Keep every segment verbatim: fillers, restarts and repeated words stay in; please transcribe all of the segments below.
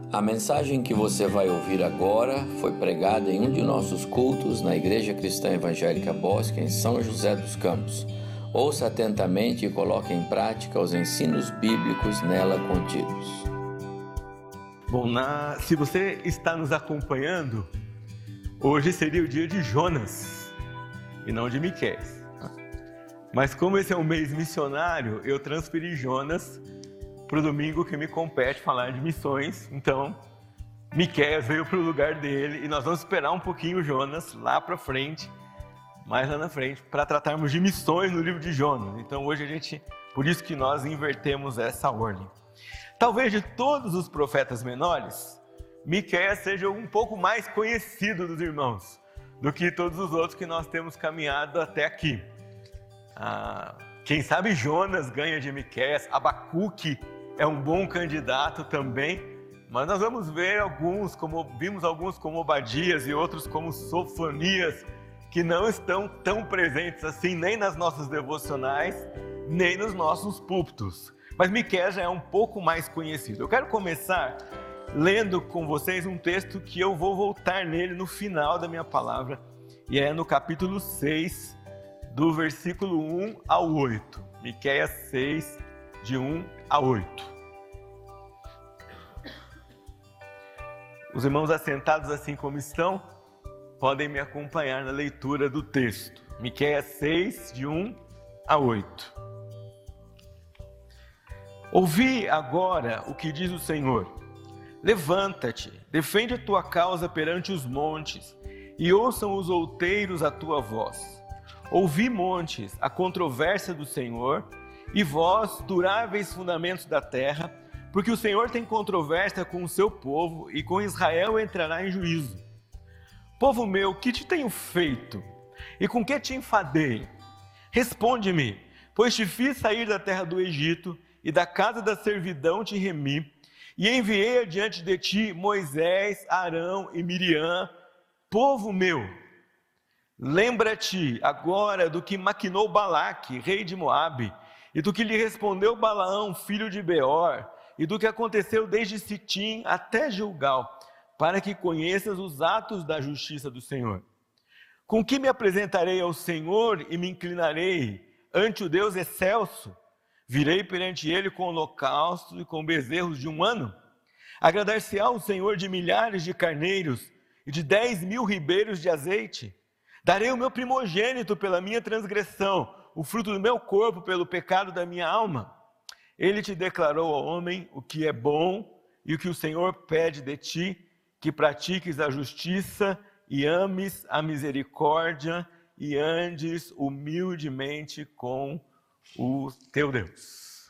A mensagem que você vai ouvir agora foi pregada em um de nossos cultos na Igreja Cristã Evangélica Bosque, em São José dos Campos. Ouça atentamente e coloque em prática os ensinos bíblicos nela contidos. Bom, na... se você está nos acompanhando, hoje seria o dia de Jonas e não de Miqueias. Mas como esse é um mês missionário, eu transferi Jonas para o domingo que me compete falar de missões. Então, Miqueias veio para o lugar dele e nós vamos esperar um pouquinho Jonas lá para frente, mais lá na frente, para tratarmos de missões no livro de Jonas. Então hoje a gente, por isso que nós invertemos essa ordem. Talvez de todos os profetas menores, Miqueias seja um pouco mais conhecido dos irmãos do que todos os outros que nós temos caminhado até aqui. Ah, quem sabe Jonas ganha de Miqueias, Abacuque é um bom candidato também, mas nós vamos ver alguns, como vimos alguns como Obadias e outros como Sofonias, que não estão tão presentes assim nem nas nossas devocionais, nem nos nossos púlpitos. Mas Miqueias já é um pouco mais conhecido. Eu quero começar lendo com vocês um texto que eu vou voltar nele no final da minha palavra, e é no capítulo seis, do versículo um ao oito. Miqueias seis, de um a oito. Os irmãos assentados assim como estão, podem me acompanhar na leitura do texto. Miqueias seis, de um a oito. Ouvi agora o que diz o Senhor. Levanta-te, defende a tua causa perante os montes, e ouçam os outeiros a tua voz. Ouvi, montes, a controvérsia do Senhor, e vós, duráveis fundamentos da terra, porque o Senhor tem controvérsia com o seu povo, e com Israel entrará em juízo. Povo meu, que te tenho feito? E com que te enfadei? Responde-me, pois te fiz sair da terra do Egito, e da casa da servidão te remi, e enviei adiante de ti Moisés, Arão e Miriam. Povo meu, lembra-te agora do que maquinou Balaque, rei de Moabe, e do que lhe respondeu Balaão, filho de Beor, e do que aconteceu desde Sitim até Gilgal, para que conheças os atos da justiça do Senhor. Com que me apresentarei ao Senhor e me inclinarei ante o Deus excelso? Virei perante ele com holocaustos e com bezerros de um ano? Agradar-se-á o Senhor de milhares de carneiros e de dez mil ribeiros de azeite? Darei o meu primogênito pela minha transgressão, o fruto do meu corpo pelo pecado da minha alma. Ele te declarou ao homem o que é bom e o que o Senhor pede de ti, que pratiques a justiça e ames a misericórdia e andes humildemente com o teu Deus.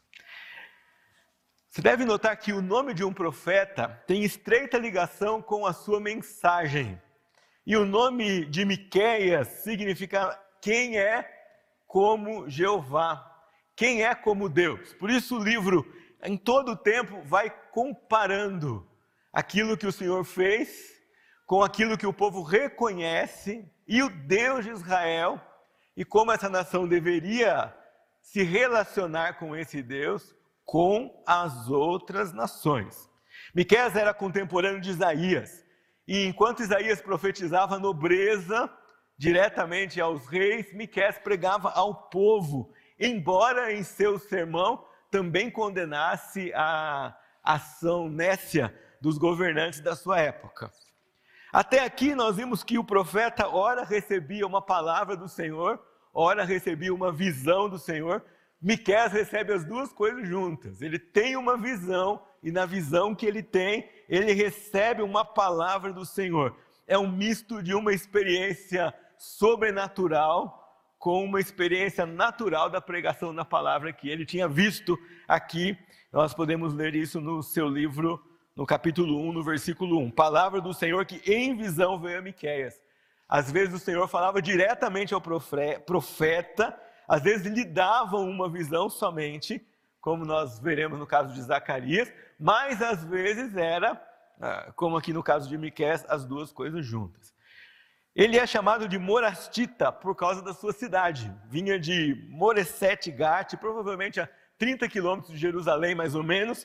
Você deve notar que o nome de um profeta tem estreita ligação com a sua mensagem. E o nome de Miqueias significa quem é como Jeová, quem é como Deus. Por isso o livro, em todo o tempo, vai comparando aquilo que o Senhor fez com aquilo que o povo reconhece e o Deus de Israel, e como essa nação deveria se relacionar com esse Deus, com as outras nações. Miqueias era contemporâneo de Isaías, e enquanto Isaías profetizava a nobreza diretamente aos reis, Miqueias pregava ao povo, embora em seu sermão também condenasse a ação nécia dos governantes da sua época. Até aqui nós vimos que o profeta ora recebia uma palavra do Senhor, ora recebia uma visão do Senhor. Miqueias recebe as duas coisas juntas. Ele tem uma visão, e na visão que ele tem, ele recebe uma palavra do Senhor. É um misto de uma experiência sobrenatural com uma experiência natural da pregação da palavra que ele tinha visto aqui. Nós podemos ler isso no seu livro, no capítulo um, no versículo um. Palavra do Senhor que em visão veio a Miqueias. Às vezes o Senhor falava diretamente ao profeta, às vezes lhe davam uma visão somente, como nós veremos no caso de Zacarias, mas às vezes era, como aqui no caso de Miqueias, as duas coisas juntas. Ele é chamado de Morastita por causa da sua cidade. Vinha de Moresete Gate, provavelmente a trinta quilômetros de Jerusalém, mais ou menos,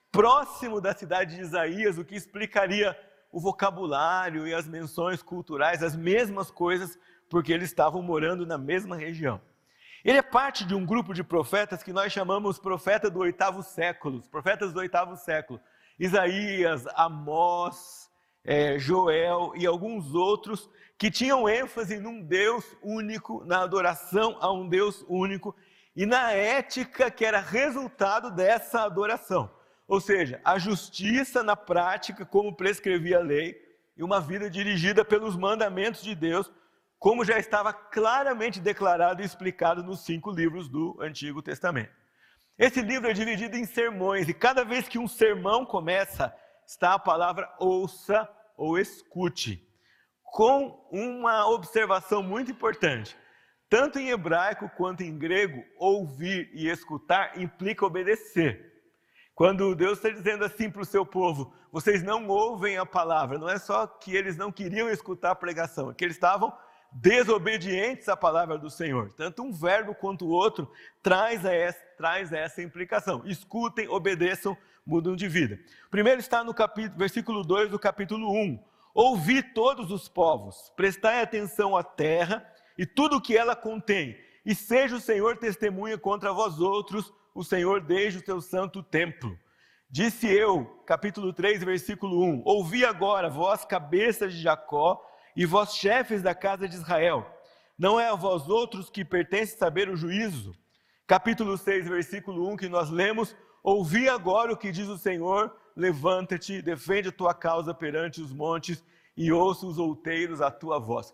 próximo da cidade de Isaías, o que explicaria o vocabulário e as menções culturais, as mesmas coisas, porque eles estavam morando na mesma região. Ele é parte de um grupo de profetas que nós chamamos profeta do oitavo século, os profetas do oitavo século. Isaías, Amós, é, Joel e alguns outros que tinham ênfase num Deus único, na adoração a um Deus único e na ética que era resultado dessa adoração. Ou seja, a justiça na prática, como prescrevia a lei, e uma vida dirigida pelos mandamentos de Deus, como já estava claramente declarado e explicado nos cinco livros do Antigo Testamento. Esse livro é dividido em sermões, e cada vez que um sermão começa, está a palavra ouça ou escute, com uma observação muito importante. Tanto em hebraico quanto em grego, ouvir e escutar implica obedecer. Quando Deus está dizendo assim para o seu povo, vocês não ouvem a palavra, não é só que eles não queriam escutar a pregação, é que eles estavam desobedientes à palavra do Senhor. Tanto um verbo quanto o outro traz essa, traz essa implicação. Escutem, obedeçam, mudam de vida. Primeiro está no capítulo, versículo dois do capítulo um. Ouvi todos os povos, prestai atenção à terra e tudo o que ela contém, e seja o Senhor testemunha contra vós outros, o Senhor desde o seu santo templo. Disse eu, capítulo três, versículo um, ouvi agora, vós cabeças de Jacó, e vós chefes da casa de Israel, não é a vós outros que pertence saber o juízo? Capítulo seis, versículo um, que nós lemos, ouvi agora o que diz o Senhor, levanta-te, defende a tua causa perante os montes, e ouça os outeiros a tua voz.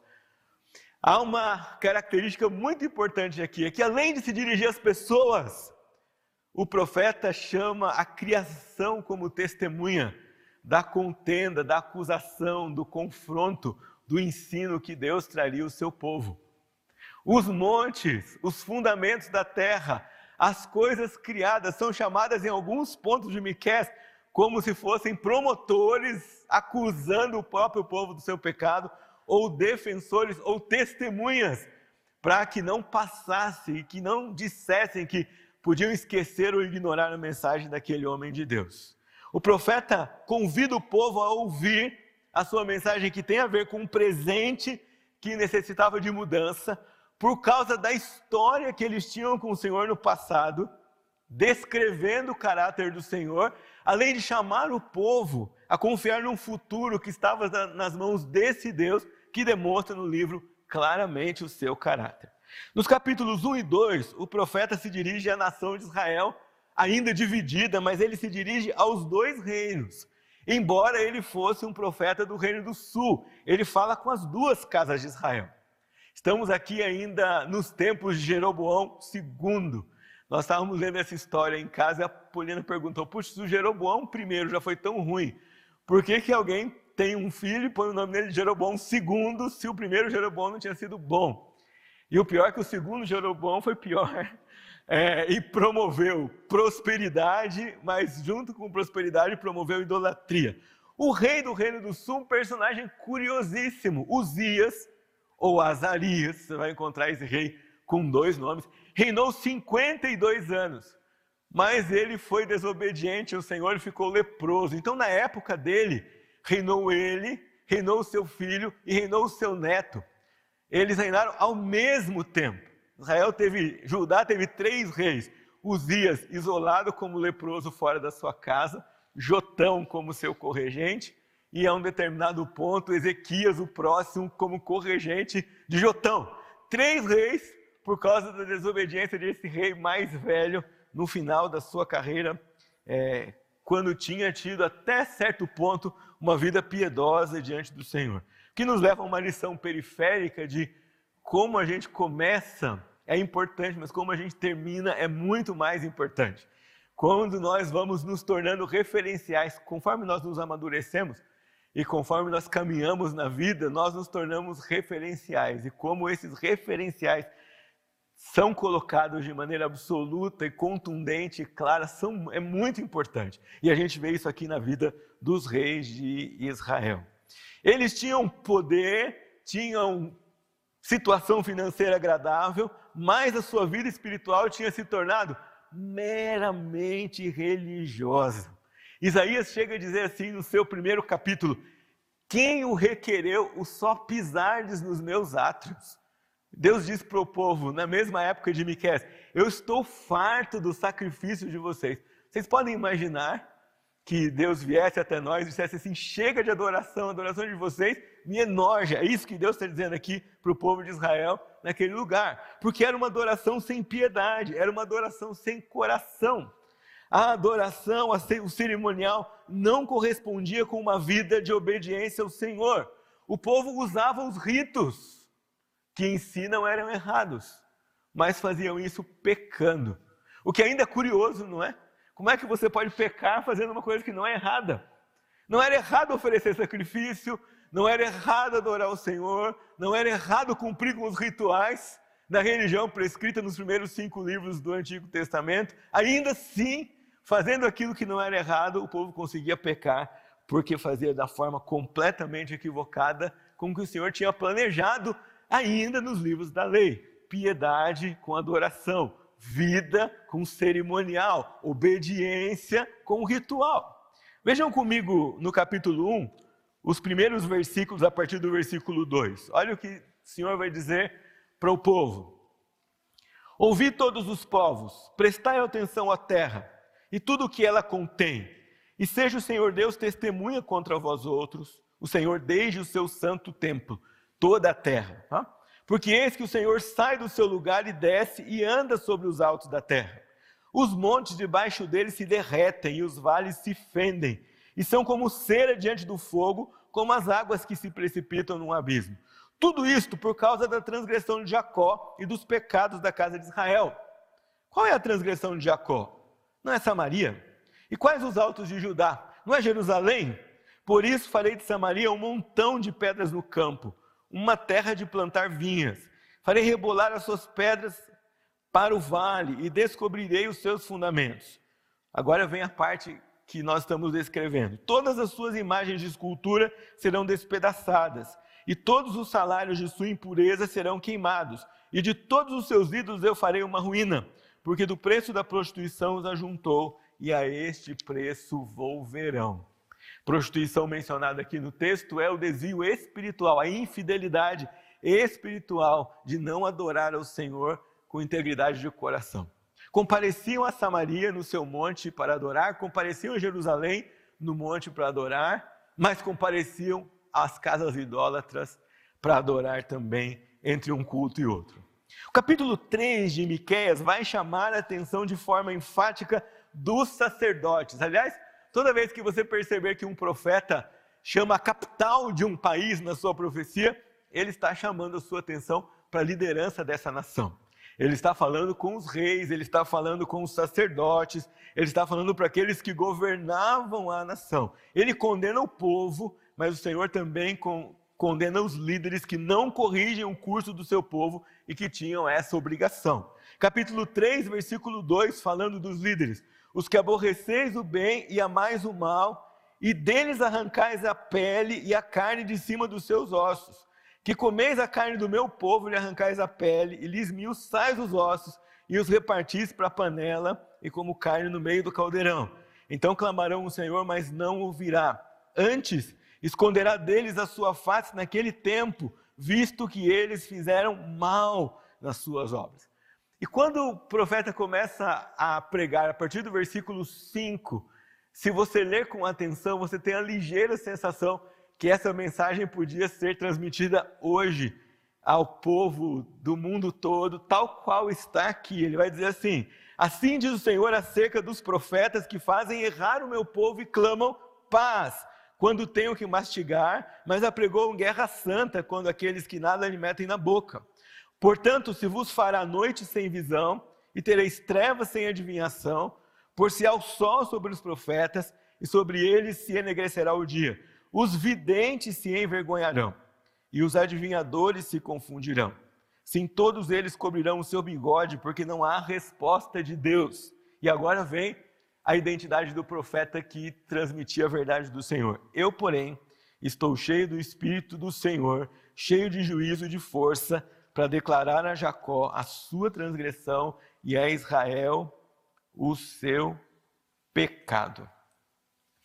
Há uma característica muito importante aqui, é que além de se dirigir às pessoas, o profeta chama a criação como testemunha da contenda, da acusação, do confronto, do ensino que Deus traria ao seu povo. Os montes, os fundamentos da terra, as coisas criadas são chamadas em alguns pontos de Miqueias como se fossem promotores acusando o próprio povo do seu pecado, ou defensores ou testemunhas, para que não passassem e que não dissessem que podiam esquecer ou ignorar a mensagem daquele homem de Deus. O profeta convida o povo a ouvir a sua mensagem que tem a ver com um presente que necessitava de mudança, por causa da história que eles tinham com o Senhor no passado, descrevendo o caráter do Senhor, além de chamar o povo a confiar num futuro que estava nas mãos desse Deus, que demonstra no livro claramente o seu caráter. Nos capítulos um e dois, o profeta se dirige à nação de Israel, ainda dividida, mas ele se dirige aos dois reinos. Embora ele fosse um profeta do reino do sul, ele fala com as duas casas de Israel. Estamos aqui ainda nos tempos de Jeroboão segundo. Nós estávamos lendo essa história em casa e a Poliana perguntou, puxa, se o Jeroboão primeiro já foi tão ruim, por que que alguém tem um filho e põe o nome dele de Jeroboão segundo, se o primeiro Jeroboão não tinha sido bom? E o pior é que o segundo Jeroboão foi pior, é, e promoveu prosperidade, mas junto com prosperidade promoveu idolatria. O rei do reino do sul, um personagem curiosíssimo, Uzias, ou Azarias, você vai encontrar esse rei com dois nomes, reinou cinquenta e dois anos, mas ele foi desobediente ao Senhor e ficou leproso. Então na época dele, reinou ele, reinou o seu filho e reinou o seu neto. Eles reinaram ao mesmo tempo. Israel teve, Judá teve três reis, Uzias isolado como leproso fora da sua casa, Jotão como seu corregente, e a um determinado ponto, Ezequias, o próximo, como corregente de Jotão. Três reis, por causa da desobediência desse rei mais velho, no final da sua carreira, é, quando tinha tido até certo ponto uma vida piedosa diante do Senhor. Que nos leva a uma lição periférica de como a gente começa é importante, mas como a gente termina é muito mais importante. Quando nós vamos nos tornando referenciais, conforme nós nos amadurecemos, e conforme nós caminhamos na vida, nós nos tornamos referenciais. E como esses referenciais são colocados de maneira absoluta e contundente e clara, são, é muito importante. E a gente vê isso aqui na vida dos reis de Israel. Eles tinham poder, tinham situação financeira agradável, mas a sua vida espiritual tinha se tornado meramente religiosa. Isaías chega a dizer assim no seu primeiro capítulo: quem o requereu o só pisardes nos meus átrios? Deus diz para o povo, na mesma época de Miqueias: eu estou farto do sacrifício de vocês. Vocês podem imaginar que Deus viesse até nós e dissesse assim: chega de adoração, a adoração de vocês me enoja. É isso que Deus está dizendo aqui para o povo de Israel naquele lugar. Porque era uma adoração sem piedade, era uma adoração sem coração. A adoração, o cerimonial não correspondia com uma vida de obediência ao Senhor. O povo usava os ritos, que em si não eram errados, mas faziam isso pecando. O que ainda é curioso, não é? Como é que você pode pecar fazendo uma coisa que não é errada? Não era errado oferecer sacrifício, não era errado adorar o Senhor, não era errado cumprir com os rituais da religião prescrita nos primeiros cinco livros do Antigo Testamento. Ainda assim, fazendo aquilo que não era errado, o povo conseguia pecar, porque fazia da forma completamente equivocada com o que o Senhor tinha planejado ainda nos livros da lei. Piedade com adoração, vida com cerimonial, obediência com ritual. Vejam comigo no capítulo um, os primeiros versículos a partir do versículo dois. Olha o que o Senhor vai dizer para o povo. Ouvi todos os povos, prestai atenção à terra e tudo o que ela contém, e seja o Senhor Deus testemunha contra vós outros, o Senhor desde o seu santo templo, toda a terra. Tá? Porque eis que o Senhor sai do seu lugar e desce e anda sobre os altos da terra. Os montes debaixo dele se derretem e os vales se fendem, e são como cera diante do fogo, como as águas que se precipitam num abismo. Tudo isto por causa da transgressão de Jacó e dos pecados da casa de Israel. Qual é a transgressão de Jacó? Não é Samaria? E quais os altos de Judá? Não é Jerusalém? Por isso farei de Samaria um montão de pedras no campo, uma terra de plantar vinhas. Farei rebolar as suas pedras para o vale e descobrirei os seus fundamentos. Agora vem a parte que nós estamos descrevendo. Todas as suas imagens de escultura serão despedaçadas, e todos os salários de sua impureza serão queimados, e de todos os seus ídolos eu farei uma ruína, porque do preço da prostituição os ajuntou, e a este preço volverão. Prostituição mencionada aqui no texto é o desvio espiritual, a infidelidade espiritual de não adorar ao Senhor com integridade de coração. Compareciam a Samaria no seu monte para adorar, compareciam a Jerusalém no monte para adorar, mas compareciam às casas idólatras para adorar também entre um culto e outro. O capítulo três de Miqueias vai chamar a atenção de forma enfática dos sacerdotes. Aliás, toda vez que você perceber que um profeta chama a capital de um país na sua profecia, ele está chamando a sua atenção para a liderança dessa nação. Ele está falando com os reis, ele está falando com os sacerdotes, ele está falando para aqueles que governavam a nação. Ele condena o povo, mas o Senhor também condena os líderes que não corrigem o curso do seu povo e que tinham essa obrigação. Capítulo três, versículo dois, falando dos líderes. Os que aborreceis o bem e amais o mal, e deles arrancais a pele e a carne de cima dos seus ossos. Que comeis a carne do meu povo, lhe arrancais a pele, e lhes miuçais os ossos, e os repartis para a panela, e como carne no meio do caldeirão. Então clamarão o Senhor, mas não ouvirá. Antes, esconderá deles a sua face naquele tempo, visto que eles fizeram mal nas suas obras. E quando o profeta começa a pregar, a partir do versículo cinco, se você ler com atenção, você tem a ligeira sensação que essa mensagem podia ser transmitida hoje ao povo do mundo todo, tal qual está aqui. Ele vai dizer assim: assim diz o Senhor acerca dos profetas que fazem errar o meu povo e clamam paz, quando tenho que mastigar, mas apregoam guerra santa quando aqueles que nada lhe metem na boca. Portanto, se vos fará noite sem visão, e tereis trevas sem adivinhação, por-se-á o sol sobre os profetas, e sobre eles se enegrecerá o dia. Os videntes se envergonharão, e os adivinhadores se confundirão. Sim, todos eles cobrirão o seu bigode, porque não há resposta de Deus. E agora vem a identidade do profeta que transmitia a verdade do Senhor. Eu, porém, estou cheio do Espírito do Senhor, cheio de juízo e de força, para declarar a Jacó a sua transgressão e a Israel o seu pecado.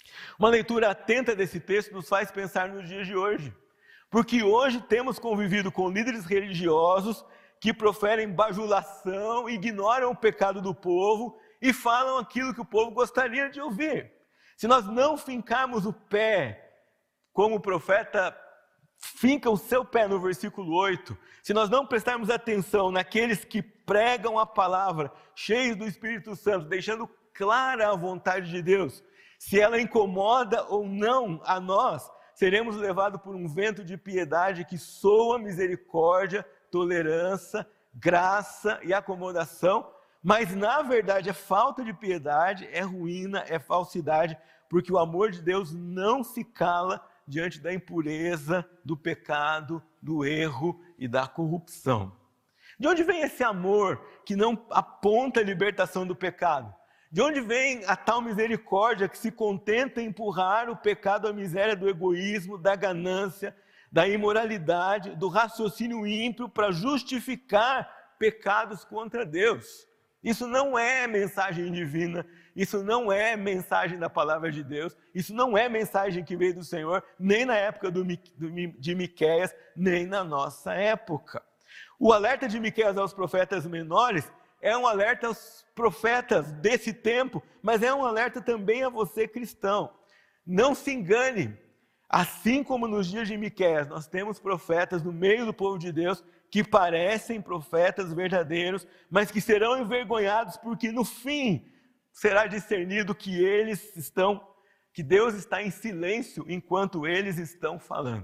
Uma leitura atenta desse texto nos faz pensar nos dias de hoje, porque hoje temos convivido com líderes religiosos que proferem bajulação, ignoram o pecado do povo e falam aquilo que o povo gostaria de ouvir. Se nós não fincarmos o pé, como o profeta finca o seu pé no versículo oito, se nós não prestarmos atenção naqueles que pregam a palavra, cheios do Espírito Santo, deixando clara a vontade de Deus, se ela incomoda ou não a nós, seremos levados por um vento de piedade que soa misericórdia, tolerância, graça e acomodação, mas na verdade é falta de piedade, é ruína, é falsidade, porque o amor de Deus não se cala diante da impureza, do pecado, do erro e da corrupção. De onde vem esse amor que não aponta a libertação do pecado? De onde vem a tal misericórdia que se contenta em empurrar o pecado à miséria do egoísmo, da ganância, da imoralidade, do raciocínio ímpio para justificar pecados contra Deus? Isso não é mensagem divina, isso não é mensagem da palavra de Deus, isso não é mensagem que veio do Senhor, nem na época do, de Miqueias, nem na nossa época. O alerta de Miqueias aos profetas menores é um alerta aos profetas desse tempo, mas é um alerta também a você cristão. Não se engane, assim como nos dias de Miqueias, nós temos profetas no meio do povo de Deus que parecem profetas verdadeiros, mas que serão envergonhados porque no fim será discernido que eles estão, que Deus está em silêncio enquanto eles estão falando.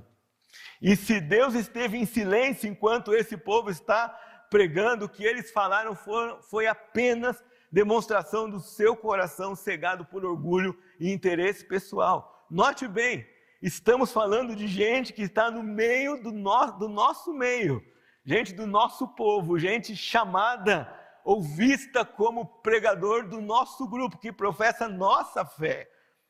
E se Deus esteve em silêncio enquanto esse povo está pregando, o que eles falaram foi, foi apenas demonstração do seu coração cegado por orgulho e interesse pessoal. Note bem, estamos falando de gente que está no meio do, no, do nosso meio, gente do nosso povo, gente chamada ou vista como pregador do nosso grupo, que professa nossa fé.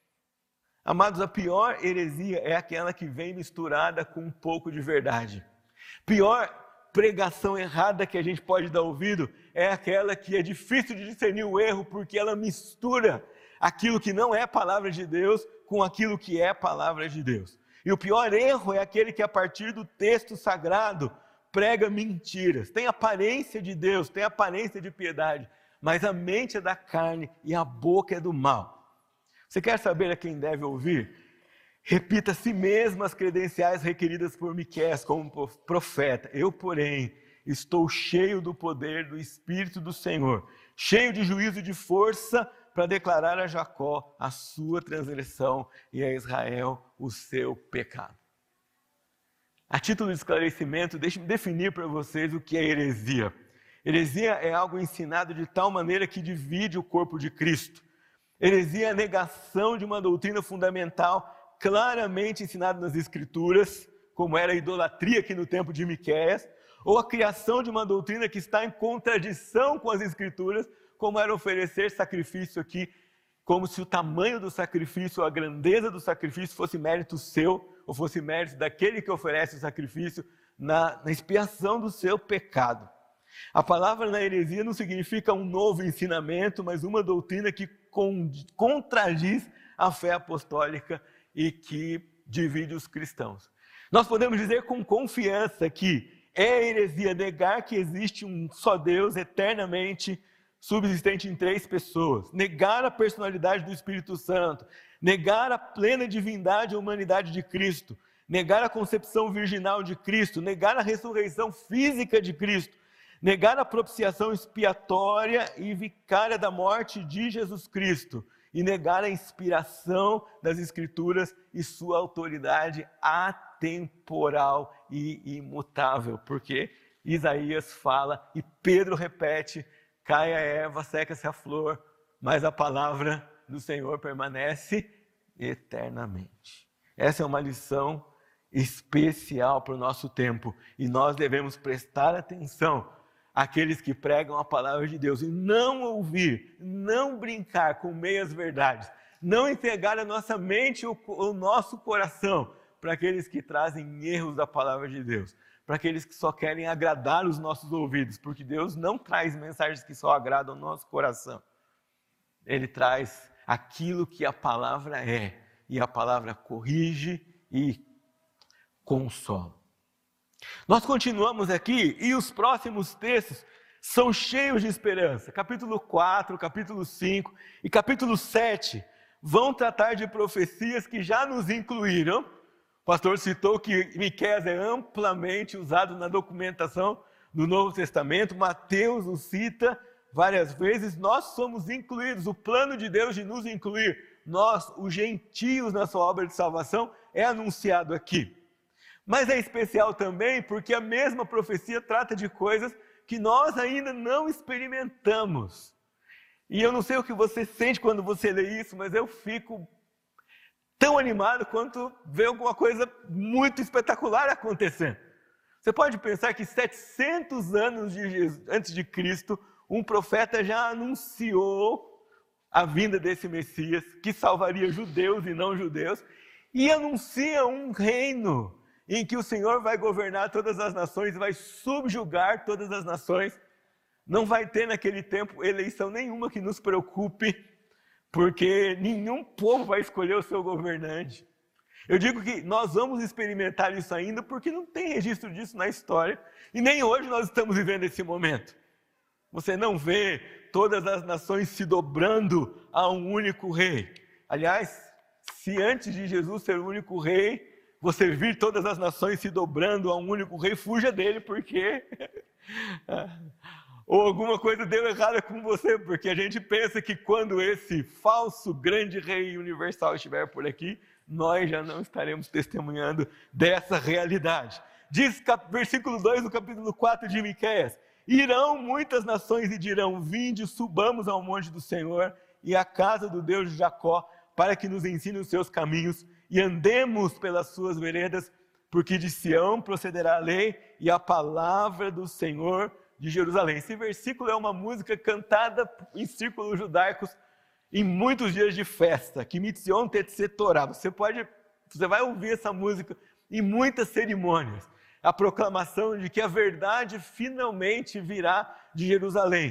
Amados, a pior heresia é aquela que vem misturada com um pouco de verdade. Pior pregação errada que a gente pode dar ouvido é aquela que é difícil de discernir o erro, porque ela mistura aquilo que não é palavra de Deus com aquilo que é palavra de Deus. E o pior erro é aquele que a partir do texto sagrado prega mentiras, tem aparência de Deus, tem aparência de piedade, mas a mente é da carne e a boca é do mal. Você quer saber a quem deve ouvir? Repita a si mesmo as credenciais requeridas por Miqueias como profeta. Eu, porém, estou cheio do poder do Espírito do Senhor, cheio de juízo e de força para declarar a Jacó a sua transgressão e a Israel o seu pecado. A título de esclarecimento, deixe-me definir para vocês o que é heresia. Heresia é algo ensinado de tal maneira que divide o corpo de Cristo. Heresia é a negação de uma doutrina fundamental claramente ensinada nas Escrituras, como era a idolatria aqui no tempo de Miqueias, ou a criação de uma doutrina que está em contradição com as Escrituras, como era oferecer sacrifício aqui, como se o tamanho do sacrifício, a grandeza do sacrifício fosse mérito seu, ou fosse mérito daquele que oferece o sacrifício na, na expiação do seu pecado. A palavra na heresia não significa um novo ensinamento, mas uma doutrina que con, contradiz a fé apostólica e que divide os cristãos. Nós podemos dizer com confiança que é heresia negar que existe um só Deus eternamente subsistente em três pessoas, negar a personalidade do Espírito Santo, negar a plena divindade e humanidade de Cristo, negar a concepção virginal de Cristo, negar a ressurreição física de Cristo, negar a propiciação expiatória e vicária da morte de Jesus Cristo e negar a inspiração das Escrituras e sua autoridade atemporal e imutável, porque Isaías fala e Pedro repete: cai a erva, seca-se a flor, mas a palavra do Senhor permanece eternamente. Essa é uma lição especial para o nosso tempo e nós devemos prestar atenção àqueles que pregam a palavra de Deus e não ouvir, não brincar com meias verdades, não entregar a nossa mente e o nosso coração para aqueles que trazem erros da palavra de Deus, para aqueles que só querem agradar os nossos ouvidos, porque Deus não traz mensagens que só agradam o nosso coração. Ele traz aquilo que a palavra é, e a palavra corrige e consola. Nós continuamos aqui e os próximos textos são cheios de esperança. Capítulo quatro, capítulo cinco e capítulo sete vão tratar de profecias que já nos incluíram. O pastor citou que Miqueias é amplamente usado na documentação do Novo Testamento, Mateus o cita várias vezes. Nós somos incluídos, o plano de Deus de nos incluir, nós, os gentios, na sua obra de salvação, é anunciado aqui. Mas é especial também porque a mesma profecia trata de coisas que nós ainda não experimentamos. E eu não sei o que você sente quando você lê isso, mas eu fico tão animado quanto ver alguma coisa muito espetacular acontecendo. Você pode pensar que setecentos anos de Jesus, antes de Cristo, um profeta já anunciou a vinda desse Messias, que salvaria judeus e não judeus, e anuncia um reino em que o Senhor vai governar todas as nações, vai subjugar todas as nações. Não vai ter naquele tempo eleição nenhuma que nos preocupe, porque nenhum povo vai escolher o seu governante. Eu digo que nós vamos experimentar isso ainda porque não tem registro disso na história, e nem hoje nós estamos vivendo esse momento. Você não vê todas as nações se dobrando a um único rei. Aliás, se antes de Jesus ser o único rei, você vir todas as nações se dobrando a um único rei, fuja dele, porque ou alguma coisa deu errada com você, porque a gente pensa que quando esse falso grande rei universal estiver por aqui, nós já não estaremos testemunhando dessa realidade. Diz versículo dois do capítulo quatro de Miqueias: irão muitas nações e dirão, vinde, subamos ao monte do Senhor e à casa do Deus de Jacó, para que nos ensine os seus caminhos e andemos pelas suas veredas, porque de Sião procederá a lei e a palavra do Senhor de Jerusalém. Esse versículo é uma música cantada em círculos judaicos em muitos dias de festa, que mitzion tetse Torá. Você pode, você vai ouvir essa música em muitas cerimônias. A proclamação de que a verdade finalmente virá de Jerusalém.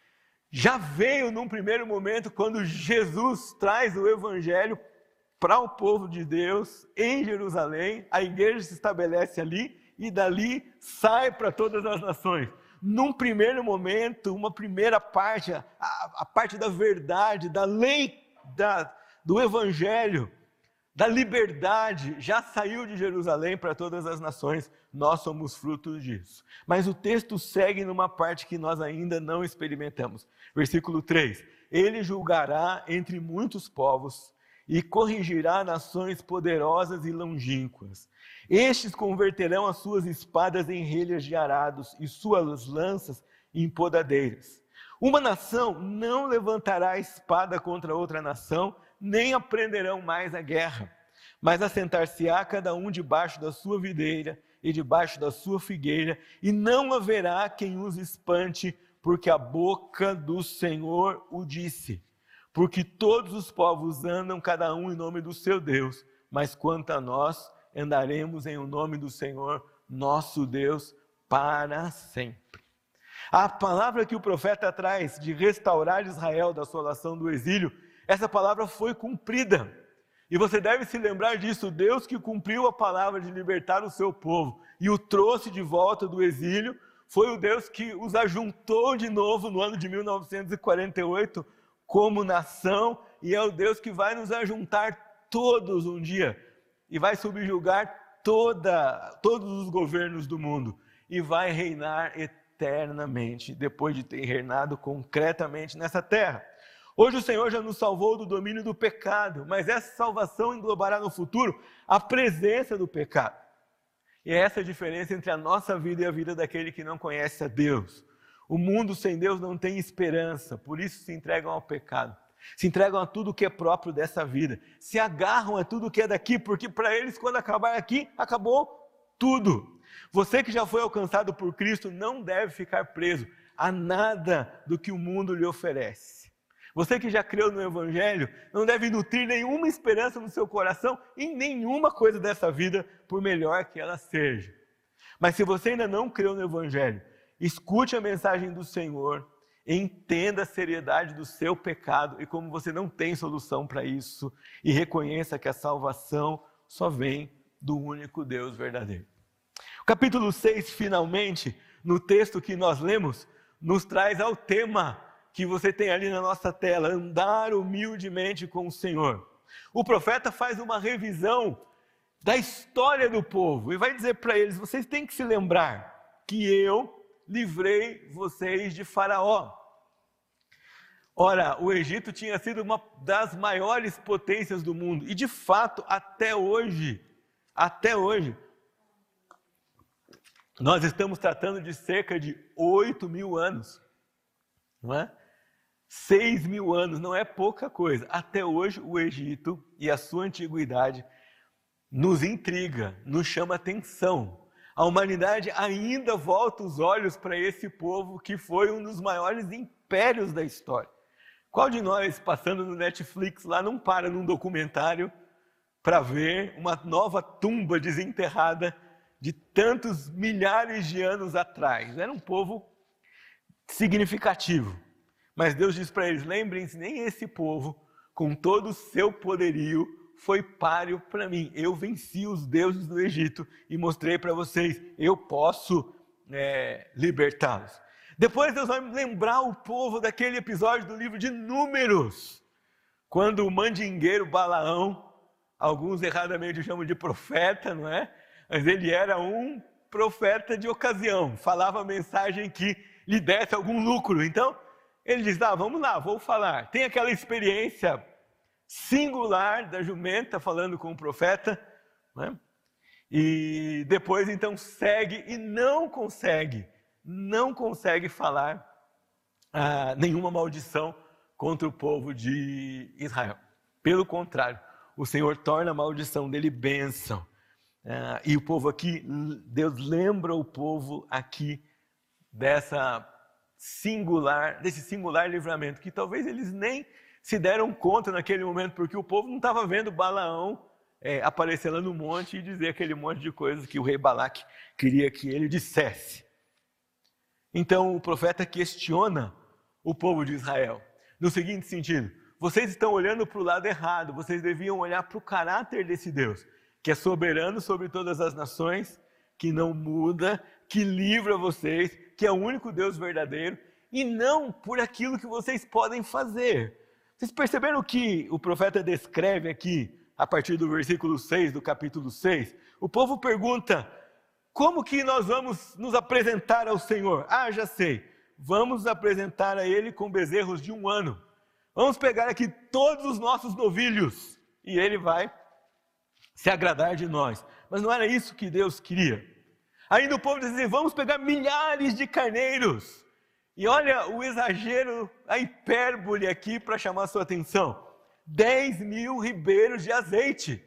Já veio num primeiro momento quando Jesus traz o evangelho para o povo de Deus em Jerusalém, a igreja se estabelece ali e dali sai para todas as nações. Num primeiro momento, uma primeira parte, a, a parte da verdade, da lei, da, do evangelho, da liberdade, já saiu de Jerusalém para todas as nações. Nós somos frutos disso. Mas o texto segue numa parte que nós ainda não experimentamos. Versículo três: ele julgará entre muitos povos e corrigirá nações poderosas e longínquas. Estes converterão as suas espadas em relhas de arados e suas lanças em podadeiras. Uma nação não levantará a espada contra outra nação, nem aprenderão mais a guerra, mas assentar-se-á cada um debaixo da sua videira e debaixo da sua figueira, e não haverá quem os espante, porque a boca do Senhor o disse. Porque todos os povos andam cada um em nome do seu Deus, mas quanto a nós, andaremos em o nome do Senhor, nosso Deus, para sempre. A palavra que o profeta traz de restaurar Israel da assolação do exílio, essa palavra foi cumprida. E você deve se lembrar disso, Deus que cumpriu a palavra de libertar o seu povo e o trouxe de volta do exílio, foi o Deus que os ajuntou de novo no ano de mil novecentos e quarenta e oito como nação, e é o Deus que vai nos ajuntar todos um dia, e vai subjugar toda, todos os governos do mundo, e vai reinar eternamente, depois de ter reinado concretamente nessa terra. Hoje o Senhor já nos salvou do domínio do pecado, mas essa salvação englobará no futuro a presença do pecado. E é essa a diferença entre a nossa vida e a vida daquele que não conhece a Deus. O mundo sem Deus não tem esperança, por isso se entregam ao pecado. Se entregam a tudo que é próprio dessa vida. Se agarram a tudo que é daqui, porque para eles, quando acabar aqui, acabou tudo. Você que já foi alcançado por Cristo não deve ficar preso a nada do que o mundo lhe oferece. Você que já creu no Evangelho não deve nutrir nenhuma esperança no seu coração em nenhuma coisa dessa vida, por melhor que ela seja. Mas se você ainda não creu no Evangelho, escute a mensagem do Senhor, entenda a seriedade do seu pecado e como você não tem solução para isso, e reconheça que a salvação só vem do único Deus verdadeiro. O capítulo seis, finalmente, no texto que nós lemos, nos traz ao tema que você tem ali na nossa tela, andar humildemente com o Senhor. O profeta faz uma revisão da história do povo e vai dizer para eles: vocês têm que se lembrar que eu livrei vocês de Faraó. Ora, o Egito tinha sido uma das maiores potências do mundo, e de fato, até hoje, até hoje, nós estamos tratando de cerca de oito mil anos, não é? seis mil anos, não é pouca coisa. Até hoje, o Egito e a sua antiguidade nos intriga, nos chama atenção. A humanidade ainda volta os olhos para esse povo que foi um dos maiores impérios da história. Qual de nós, passando no Netflix lá, não para num documentário para ver uma nova tumba desenterrada de tantos milhares de anos atrás? Era um povo significativo. Mas Deus diz para eles: lembrem-se, nem esse povo, com todo o seu poderio, foi páreo para mim. Eu venci os deuses do Egito e mostrei para vocês, eu posso é, libertá-los. Depois Deus vai lembrar o povo daquele episódio do livro de Números, quando o mandingueiro Balaão, alguns erradamente o chamam de profeta, não é? Mas ele era um profeta de ocasião, falava a mensagem que lhe desse algum lucro. Então, ele diz: ah, vamos lá, vou falar. Tem aquela experiência singular da jumenta falando com o profeta, né? E depois então segue e não consegue, não consegue falar ah, nenhuma maldição contra o povo de Israel. Pelo contrário, o Senhor torna a maldição dele bênção. Ah, e o povo aqui, Deus lembra o povo aqui dessa singular, desse singular livramento, que talvez eles nem se deram conta naquele momento, porque o povo não estava vendo Balaão é, aparecer lá no monte e dizer aquele monte de coisas que o rei Balaque queria que ele dissesse. Então o profeta questiona o povo de Israel, no seguinte sentido: vocês estão olhando para o lado errado, vocês deviam olhar para o caráter desse Deus, que é soberano sobre todas as nações, que não muda, que livra vocês, que é o único Deus verdadeiro, e não por aquilo que vocês podem fazer. Vocês perceberam que o profeta descreve aqui, a partir do versículo seis do capítulo seis? O povo pergunta: como que nós vamos nos apresentar ao Senhor? Ah, já sei, vamos apresentar a Ele com bezerros de um ano. Vamos pegar aqui todos os nossos novilhos, e Ele vai se agradar de nós. Mas não era isso que Deus queria. Ainda o povo diz assim: vamos pegar milhares de carneiros. E olha o exagero, a hipérbole aqui para chamar a sua atenção: dez mil ribeiros de azeite.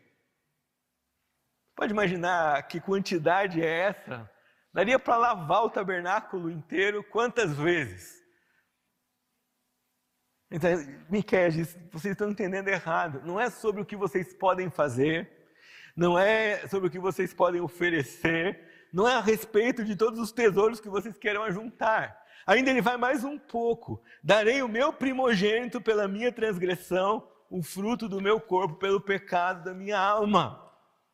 Pode imaginar que quantidade é essa? Daria para lavar o tabernáculo inteiro quantas vezes? Então, Miqueias diz: vocês estão entendendo errado. Não é sobre o que vocês podem fazer, não é sobre o que vocês podem oferecer, não é a respeito de todos os tesouros que vocês queiram ajuntar. Ainda ele vai mais um pouco: darei o meu primogênito pela minha transgressão, o fruto do meu corpo pelo pecado da minha alma.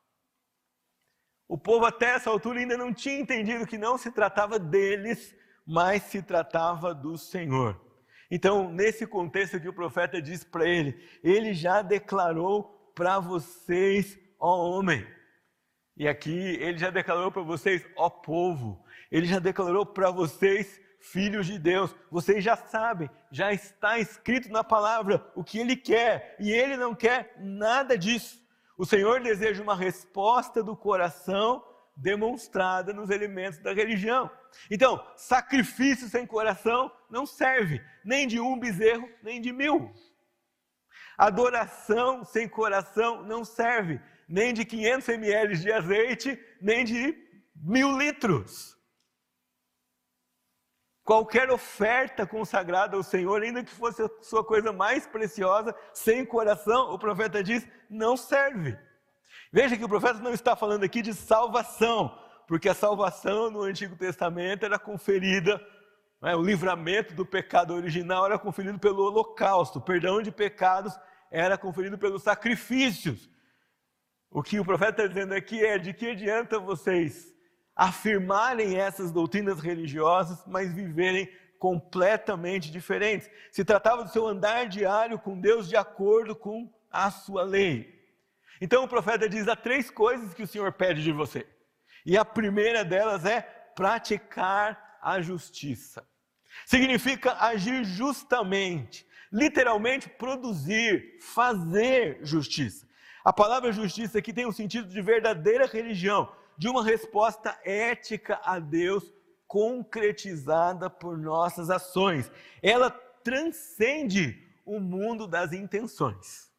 O povo até essa altura ainda não tinha entendido que não se tratava deles, mas se tratava do Senhor. Então, nesse contexto que o profeta diz para ele, ele já declarou para vocês, ó homem. E aqui ele já declarou para vocês, ó povo. Ele já declarou para vocês, filhos de Deus. Vocês já sabem, já está escrito na palavra o que Ele quer. E Ele não quer nada disso. O Senhor deseja uma resposta do coração demonstrada nos elementos da religião. Então, sacrifício sem coração não serve, nem de um bezerro, nem de mil. Adoração sem coração não serve, nem de quinhentos mililitros de azeite, nem de mil litros. Qualquer oferta consagrada ao Senhor, ainda que fosse a sua coisa mais preciosa, sem coração, o profeta diz, não serve. Veja que o profeta não está falando aqui de salvação, porque a salvação no Antigo Testamento era conferida Não é? O livramento do pecado original era conferido pelo holocausto, o perdão de pecados era conferido pelos sacrifícios. O que o profeta está dizendo aqui é: de que adianta vocês afirmarem essas doutrinas religiosas, mas viverem completamente diferentes? Se tratava do seu andar diário com Deus de acordo com a sua lei. Então o profeta diz: há três coisas que o Senhor pede de você. E a primeira delas é praticar a justiça. Significa agir justamente, literalmente produzir, fazer justiça. A palavra justiça aqui tem o sentido de verdadeira religião, de uma resposta ética a Deus concretizada por nossas ações. Ela transcende o mundo das intenções.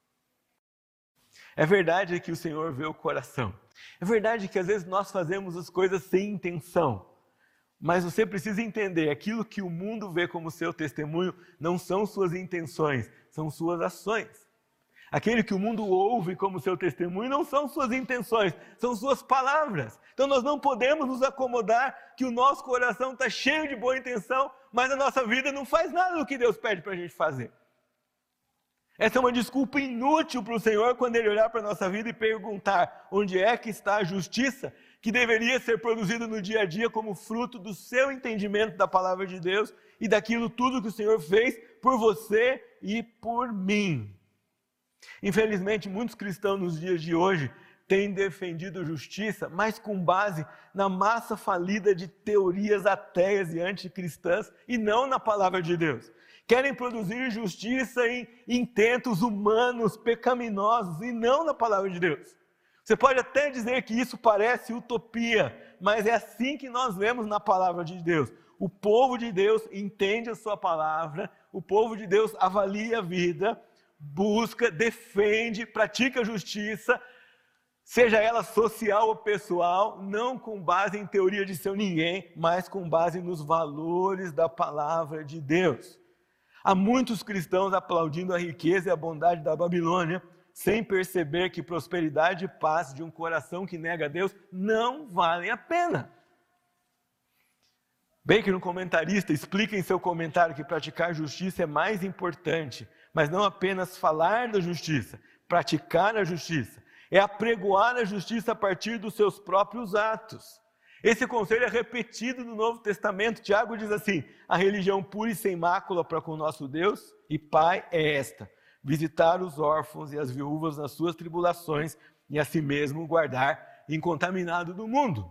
É verdade que o Senhor vê o coração. É verdade que às vezes nós fazemos as coisas sem intenção. Mas você precisa entender, aquilo que o mundo vê como seu testemunho não são suas intenções, são suas ações. Aquele que o mundo ouve como seu testemunho não são suas intenções, são suas palavras. Então nós não podemos nos acomodar que o nosso coração está cheio de boa intenção, mas a nossa vida não faz nada do que Deus pede para a gente fazer. Essa é uma desculpa inútil para o Senhor quando Ele olhar para a nossa vida e perguntar onde é que está a justiça que deveria ser produzida no dia a dia como fruto do seu entendimento da palavra de Deus e daquilo tudo que o Senhor fez por você e por mim. Infelizmente, muitos cristãos nos dias de hoje têm defendido justiça, mas com base na massa falida de teorias ateias e anticristãs e não na palavra de Deus. Querem produzir justiça em intentos humanos, pecaminosos e não na palavra de Deus. Você pode até dizer que isso parece utopia, mas é assim que nós vemos na palavra de Deus. O povo de Deus entende a sua palavra, o povo de Deus avalia a vida, busca, defende, pratica a justiça, seja ela social ou pessoal, não com base em teoria de seu ninguém, mas com base nos valores da palavra de Deus. Há muitos cristãos aplaudindo a riqueza e a bondade da Babilônia, sem perceber que prosperidade e paz de um coração que nega a Deus não valem a pena. Baker, um comentarista, explica em seu comentário que praticar justiça é mais importante, mas não apenas falar da justiça, praticar a justiça, é apregoar a justiça a partir dos seus próprios atos. Esse conselho é repetido no Novo Testamento. Tiago diz assim: a religião pura e sem mácula para com o nosso Deus e Pai é esta: visitar os órfãos e as viúvas nas suas tribulações e a si mesmo guardar incontaminado do mundo.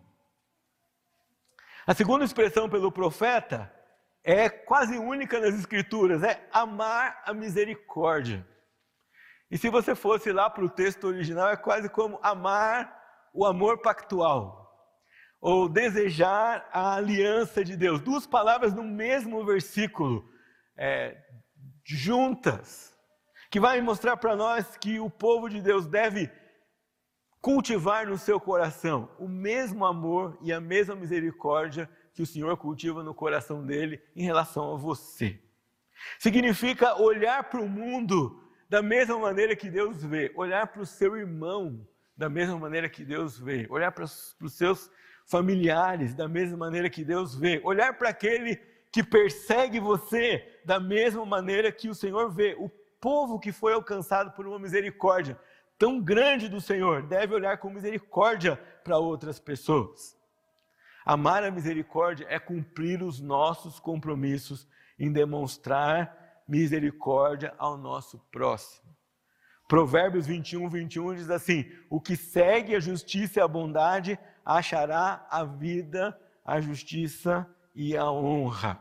A segunda expressão pelo profeta é quase única nas Escrituras, é amar a misericórdia. E se você fosse lá para o texto original, é quase como amar o amor pactual, ou desejar a aliança de Deus. Duas palavras no mesmo versículo, é, juntas, que vai mostrar para nós que o povo de Deus deve cultivar no seu coração o mesmo amor e a mesma misericórdia que o Senhor cultiva no coração dele em relação a você. Significa olhar para o mundo da mesma maneira que Deus vê, olhar para o seu irmão da mesma maneira que Deus vê, olhar para os, para os seus familiares da mesma maneira que Deus vê, olhar para aquele que persegue você da mesma maneira que o Senhor vê. O povo que foi alcançado por uma misericórdia tão grande do Senhor deve olhar com misericórdia para outras pessoas. Amar a misericórdia é cumprir os nossos compromissos em demonstrar misericórdia ao nosso próximo. Provérbios vinte e um, vinte e um diz assim: o que segue a justiça e a bondade achará a vida, a justiça e a honra.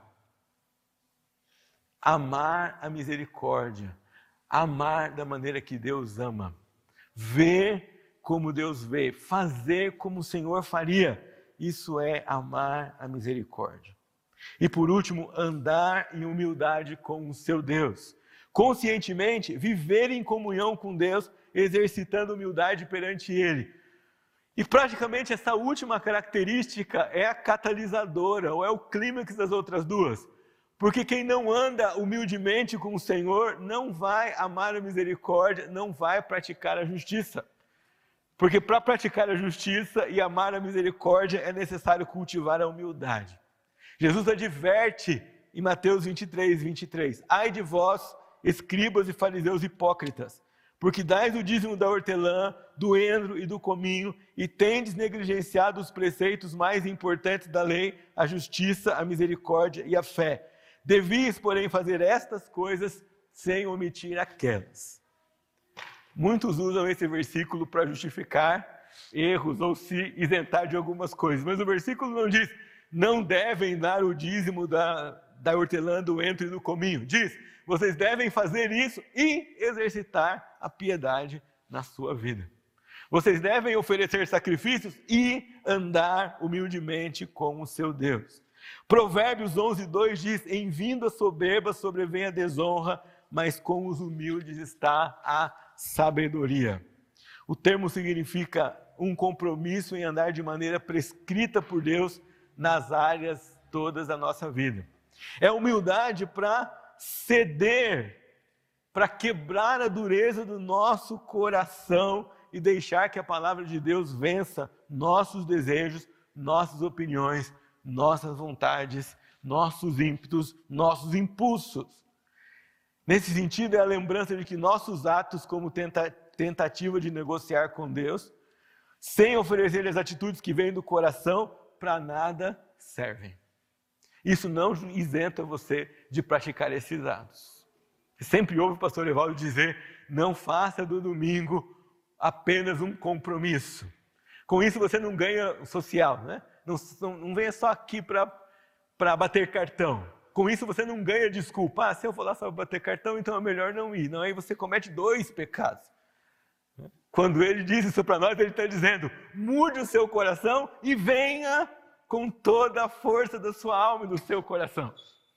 Amar a misericórdia, amar da maneira que Deus ama, ver como Deus vê, fazer como o Senhor faria, isso é amar a misericórdia. E por último, andar em humildade com o seu Deus. Conscientemente, viver em comunhão com Deus, exercitando humildade perante Ele. E praticamente essa última característica é a catalisadora, ou é o clímax das outras duas. Porque quem não anda humildemente com o Senhor não vai amar a misericórdia, não vai praticar a justiça. Porque para praticar a justiça e amar a misericórdia é necessário cultivar a humildade. Jesus adverte em Mateus vinte e três, vinte e três, ai de vós, escribas e fariseus hipócritas, porque dais o dízimo da hortelã, do endro e do cominho, e tendes negligenciado os preceitos mais importantes da lei, a justiça, a misericórdia e a fé. Devias, porém, fazer estas coisas sem omitir aquelas. Muitos usam esse versículo para justificar erros ou se isentar de algumas coisas, mas o versículo não diz, não devem dar o dízimo da, da hortelã, do endro e do cominho. Diz, vocês devem fazer isso e exercitar a piedade na sua vida. Vocês devem oferecer sacrifícios e andar humildemente com o seu Deus. Provérbios onze, dois diz, em vindo a soberba sobrevém a desonra, mas com os humildes está a sabedoria. O termo significa um compromisso em andar de maneira prescrita por Deus nas áreas todas da nossa vida. É humildade para ceder, para quebrar a dureza do nosso coração e deixar que a palavra de Deus vença nossos desejos, nossas opiniões, nossas vontades, nossos ímpetos, nossos impulsos. Nesse sentido, é a lembrança de que nossos atos como tenta, tentativa de negociar com Deus, sem oferecer as atitudes que vêm do coração, para nada servem. Isso não isenta você de praticar esses atos. Você sempre ouve o pastor Evaldo dizer, não faça do domingo apenas um compromisso. Com isso você não ganha social, né? Não, não, não venha só aqui para bater cartão. Com isso você não ganha desculpa. Ah, se eu for lá só bater cartão, então é melhor não ir. Não, aí você comete dois pecados. Quando ele diz isso para nós, ele está dizendo, mude o seu coração e venha com toda a força da sua alma e do seu coração.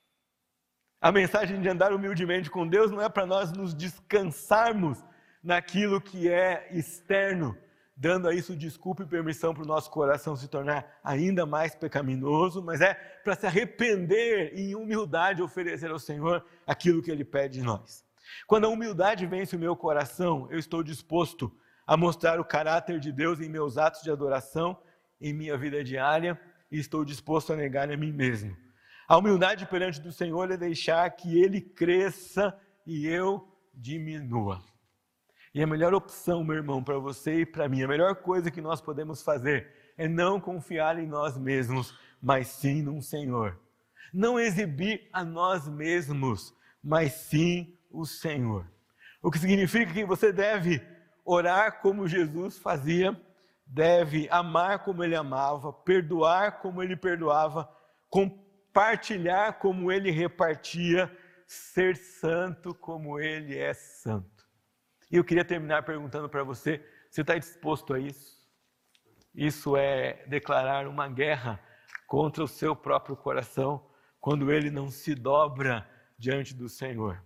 A mensagem de andar humildemente com Deus não é para nós nos descansarmos naquilo que é externo, dando a isso desculpa e permissão para o nosso coração se tornar ainda mais pecaminoso, mas é para se arrepender e em humildade oferecer ao Senhor aquilo que Ele pede de nós. Quando a humildade vence o meu coração, eu estou disposto a mostrar o caráter de Deus em meus atos de adoração, em minha vida diária, e estou disposto a negar a mim mesmo. A humildade perante do Senhor é deixar que Ele cresça e eu diminua. E a melhor opção, meu irmão, para você e para mim, a melhor coisa que nós podemos fazer é não confiar em nós mesmos, mas sim no Senhor. Não exibir a nós mesmos, mas sim o Senhor. O que significa que você deve orar como Jesus fazia, deve amar como Ele amava, perdoar como Ele perdoava, compartilhar como Ele repartia, ser santo como Ele é santo. E eu queria terminar perguntando para você, você está disposto a isso? Isso é declarar uma guerra contra o seu próprio coração, quando ele não se dobra diante do Senhor.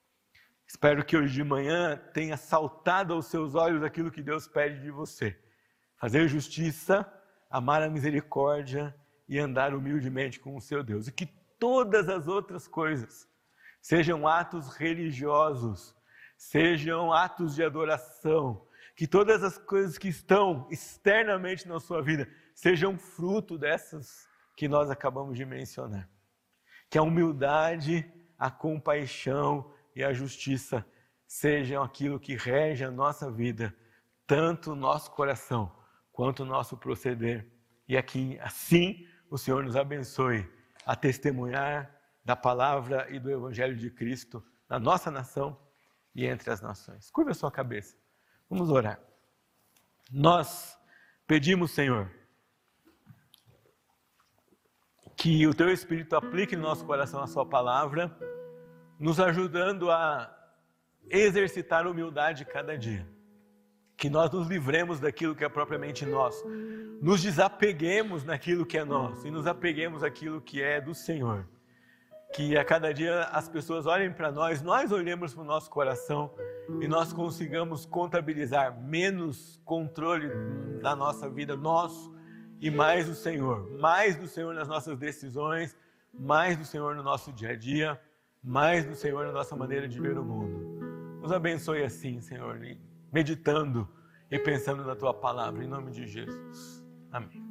Espero que hoje de manhã tenha saltado aos seus olhos aquilo que Deus pede de você. Fazer justiça, amar a misericórdia e andar humildemente com o seu Deus. E que todas as outras coisas, sejam atos religiosos, sejam atos de adoração, que todas as coisas que estão externamente na sua vida, sejam fruto dessas que nós acabamos de mencionar. Que a humildade, a compaixão e a justiça sejam aquilo que rege a nossa vida, tanto o nosso coração quanto o nosso proceder. E aqui, assim, o Senhor nos abençoe a testemunhar da palavra e do Evangelho de Cristo na nossa nação e entre as nações. Curva a sua cabeça. Vamos orar. Nós pedimos, Senhor, que o Teu Espírito aplique no nosso coração a Sua palavra, nos ajudando a exercitar a humildade cada dia. Que nós nos livremos daquilo que é propriamente nosso, nos desapeguemos naquilo que é nosso e nos apeguemos àquilo que é do Senhor. Que a cada dia as pessoas olhem para nós, nós olhemos para o nosso coração e nós consigamos contabilizar menos controle da nossa vida, nosso, e mais do Senhor. Mais do Senhor nas nossas decisões, mais do Senhor no nosso dia a dia, mais do Senhor na nossa maneira de ver o mundo. Nos abençoe assim, Senhor, meditando e pensando na Tua palavra, em nome de Jesus. Amém.